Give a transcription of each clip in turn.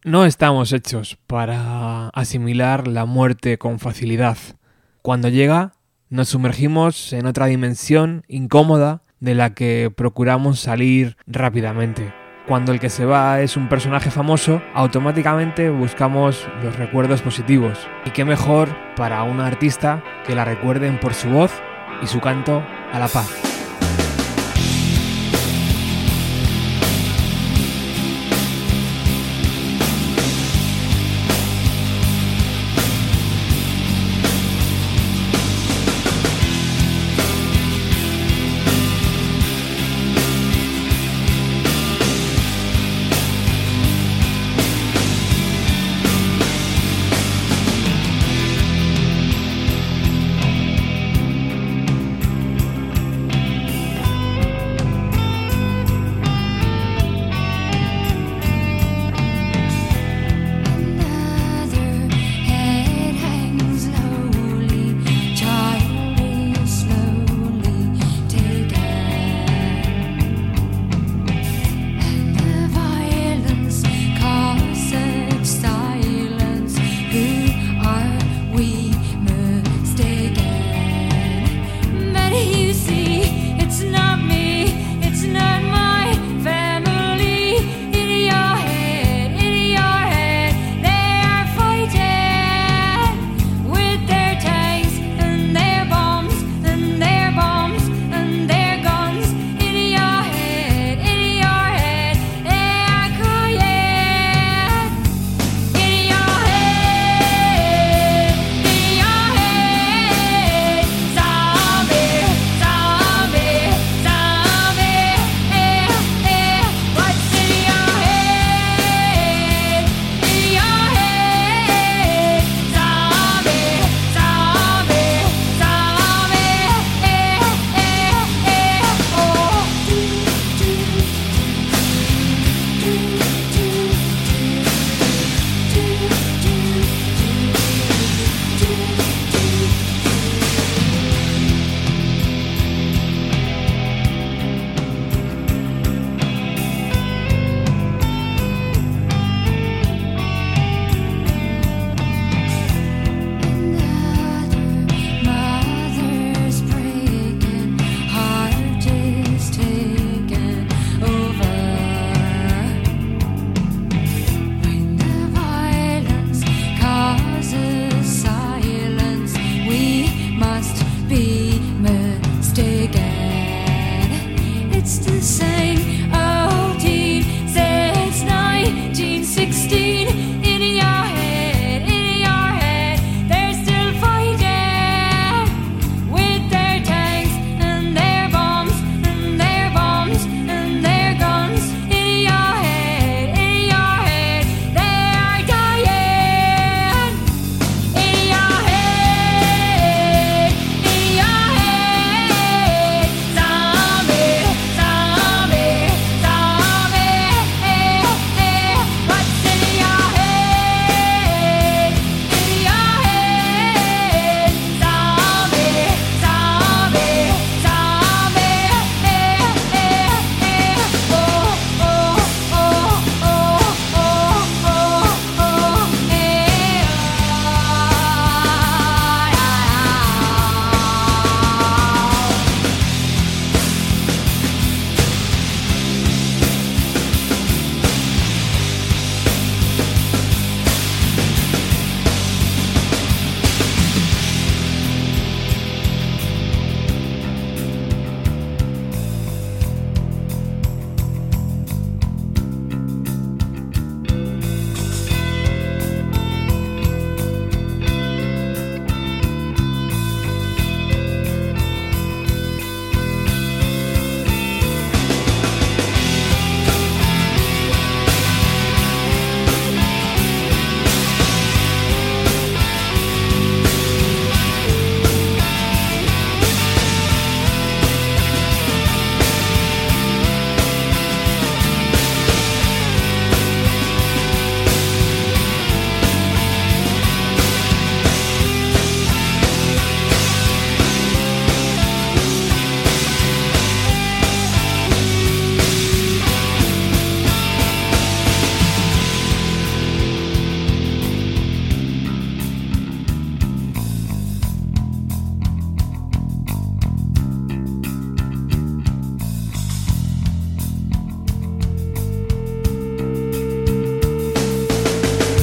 No estamos hechos para asimilar la muerte con facilidad. Cuando llega, nos sumergimos en otra dimensión incómoda de la que procuramos salir rápidamente. Cuando el que se va es un personaje famoso, automáticamente buscamos los recuerdos positivos. Y qué mejor para una artista que la recuerden por su voz y su canto a la paz.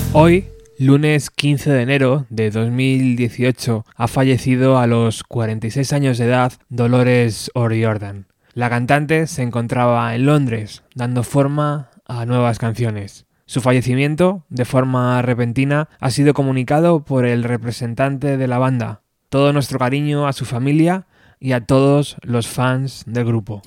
Hoy, lunes 15 de enero de 2018, ha fallecido a los 46 años de edad Dolores O'Riordan. La cantante se encontraba en Londres, dando forma a nuevas canciones. Su fallecimiento, de forma repentina, ha sido comunicado por el representante de la banda. Todo nuestro cariño a su familia y a todos los fans del grupo.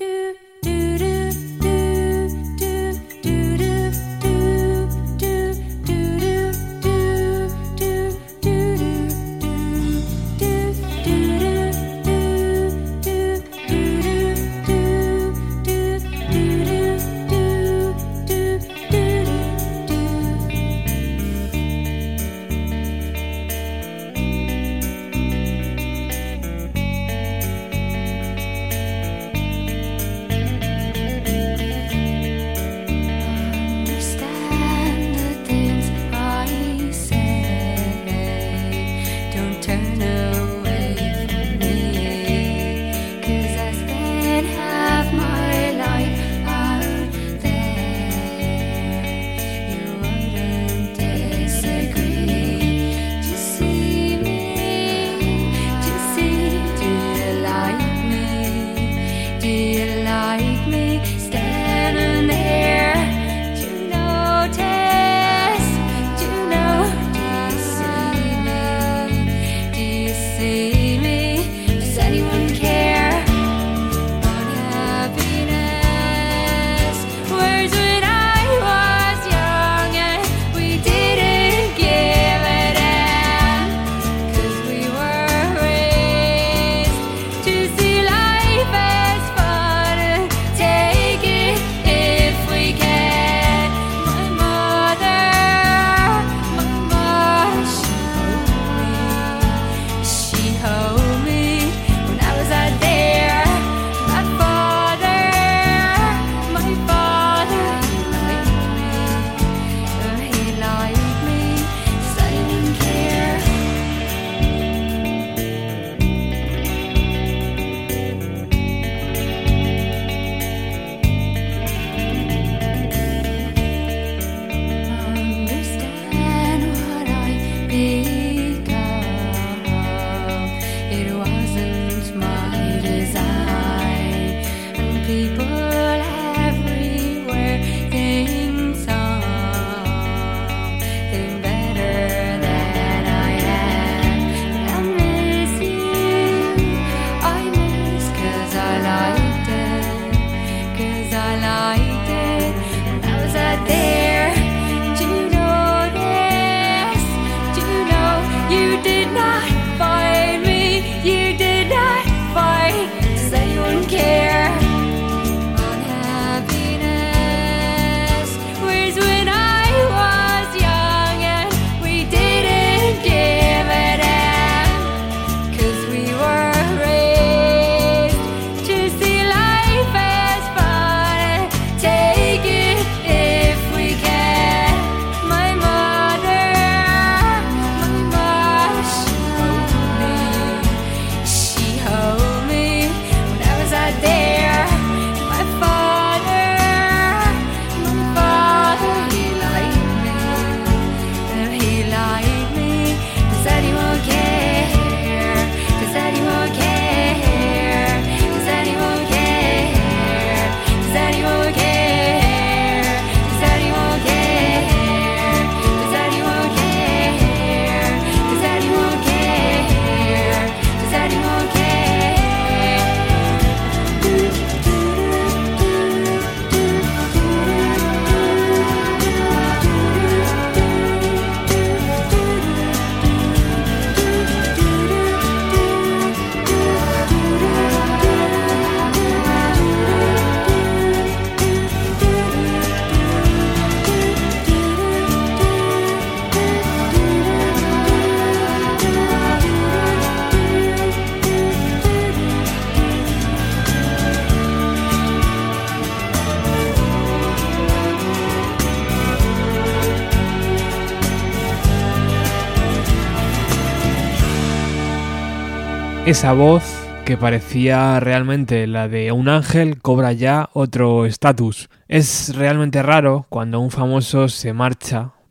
Esa voz, que parecía realmente la de un ángel, cobra ya otro estatus. Es realmente raro cuando un famoso se marcha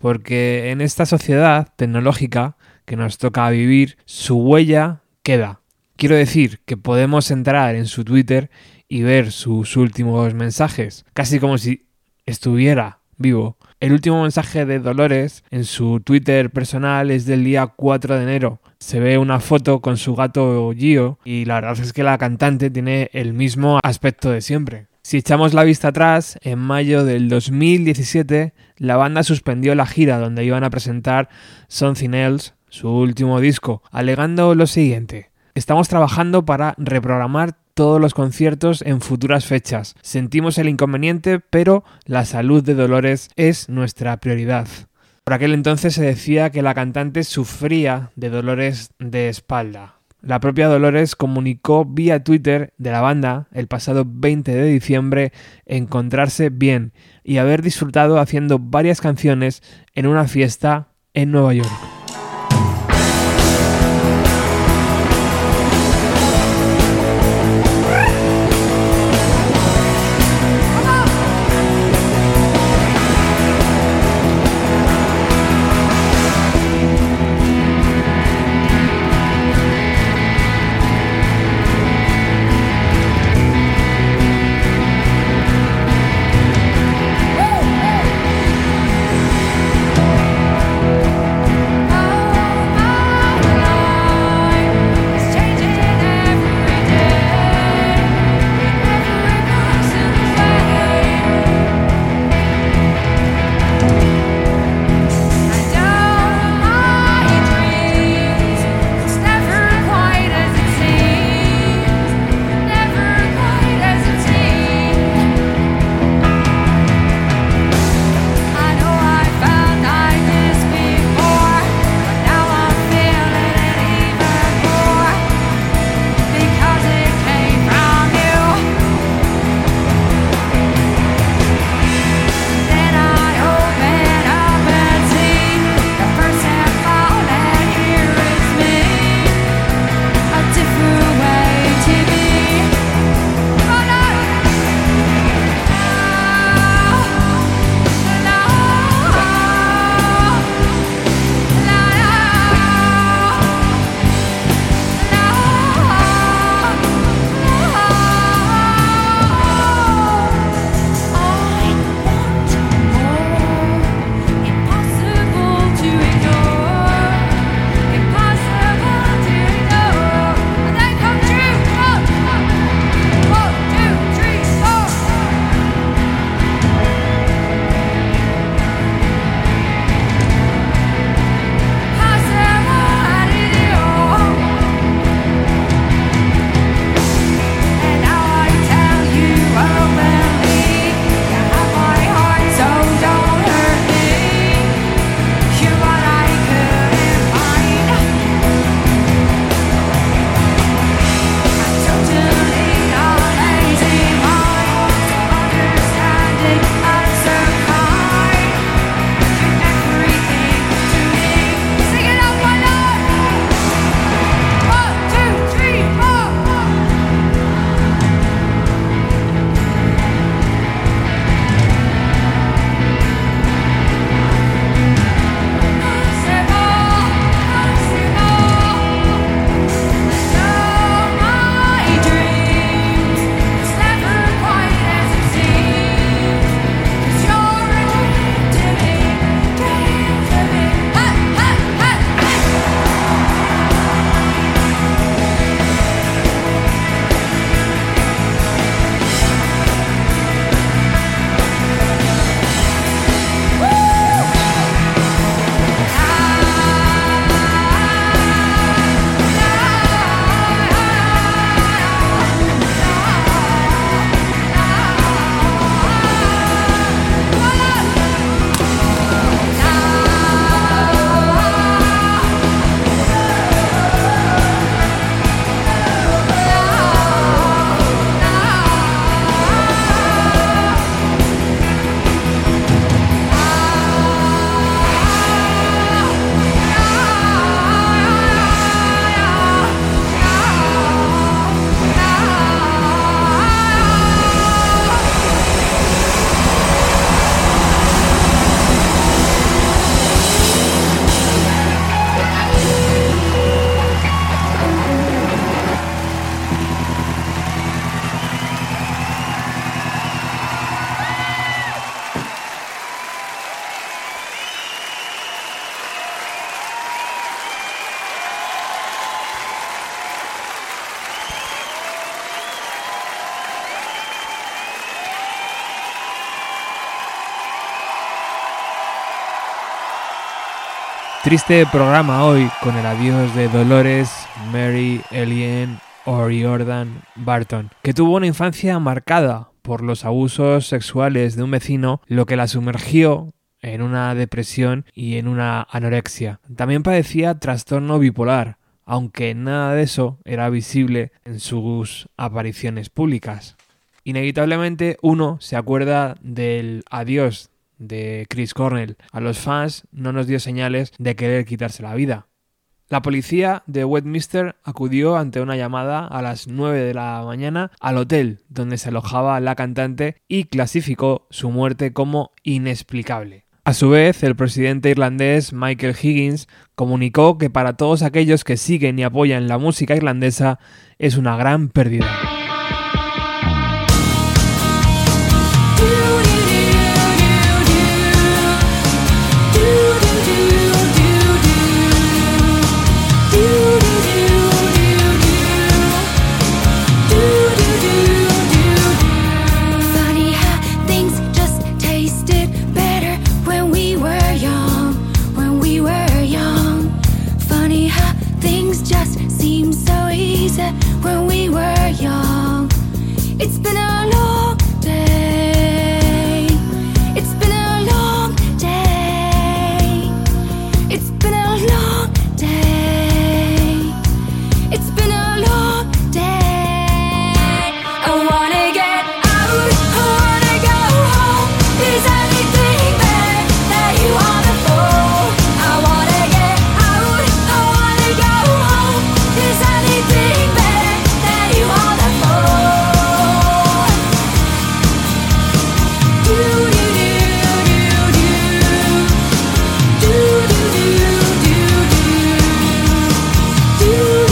porque en esta sociedad tecnológica que nos toca vivir, su huella queda. Quiero decir que podemos entrar en su Twitter y ver sus últimos mensajes, casi como si estuviera vivo. El último mensaje de Dolores en su Twitter personal es del día 4 de enero. Se ve una foto con su gato Gio y la verdad es que la cantante tiene el mismo aspecto de siempre. Si echamos la vista atrás, en mayo del 2017 la banda suspendió la gira donde iban a presentar Something Else, su último disco, alegando lo siguiente: estamos trabajando para reprogramar todos los conciertos en futuras fechas. Sentimos el inconveniente, pero la salud de Dolores es nuestra prioridad. Por aquel entonces se decía que la cantante sufría de dolores de espalda. La propia Dolores comunicó vía Twitter de la banda el pasado 20 de diciembre encontrarse bien y haber disfrutado haciendo varias canciones en una fiesta en Nueva York. Triste programa hoy con el adiós de Dolores Mary Ellen O'Riordan Barton, que tuvo una infancia marcada por los abusos sexuales de un vecino, lo que la sumergió en una depresión y en una anorexia. También padecía trastorno bipolar, aunque nada de eso era visible en sus apariciones públicas. Inevitablemente uno se acuerda del adiós de Chris Cornell. A los fans no nos dio señales de querer quitarse la vida. La policía de Westminster acudió ante una llamada a las 9 de la mañana al hotel donde se alojaba la cantante y clasificó su muerte como inexplicable. A su vez, el presidente irlandés Michael Higgins comunicó que para todos aquellos que siguen y apoyan la música irlandesa es una gran pérdida. When we were young, it's been a long day. It's been a long day. It's been a long day. It's been a long day. I wanna get out. I wanna go home. Is anything better that you wanna fall? I wanna get out. I wanna go home. Is anything better that you wanna fall? Do do do do do do do do do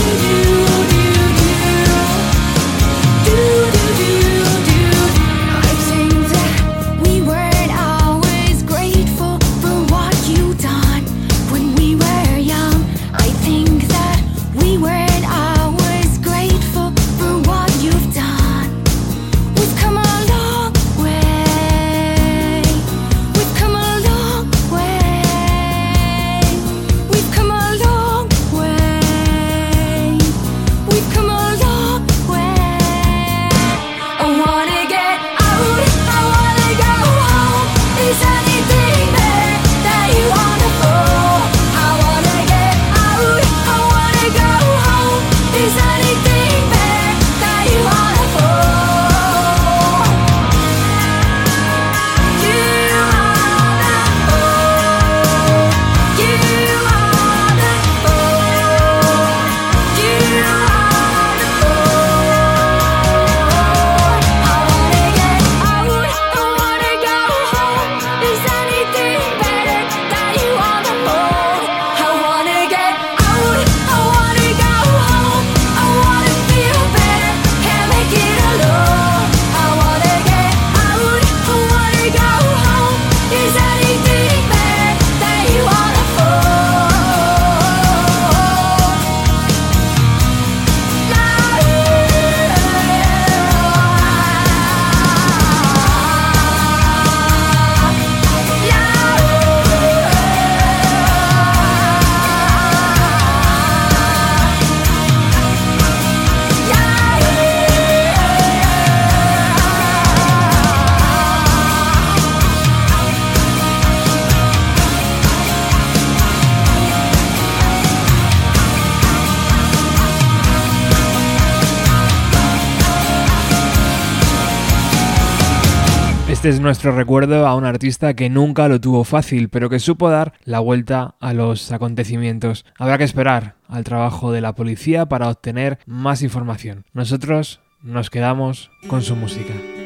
I think that we weren't always grateful for what you done when we were young. I think that we weren't always grateful for what you've done. We've come a long way. We've come a long way. We've come a long way. We've come a long way. I wanna get out. I wanna go home. Is anything better that you wanna fall? I wanna get out. I wanna go home. Is anything better that you wanna fall? You are the fall. You are the fall. You are the fall. I wanna get out. I wanna go home. Is anything better that you wanna fall? I wanna get out. I wanna go home. I wanna feel better. Can't make it alone. I wanna get out. I wanna go home. Is anything better that you wanna fall? Este es nuestro recuerdo a un artista que nunca lo tuvo fácil, pero que supo dar la vuelta a los acontecimientos. Habrá que esperar al trabajo de la policía para obtener más información. Nosotros nos quedamos con su música.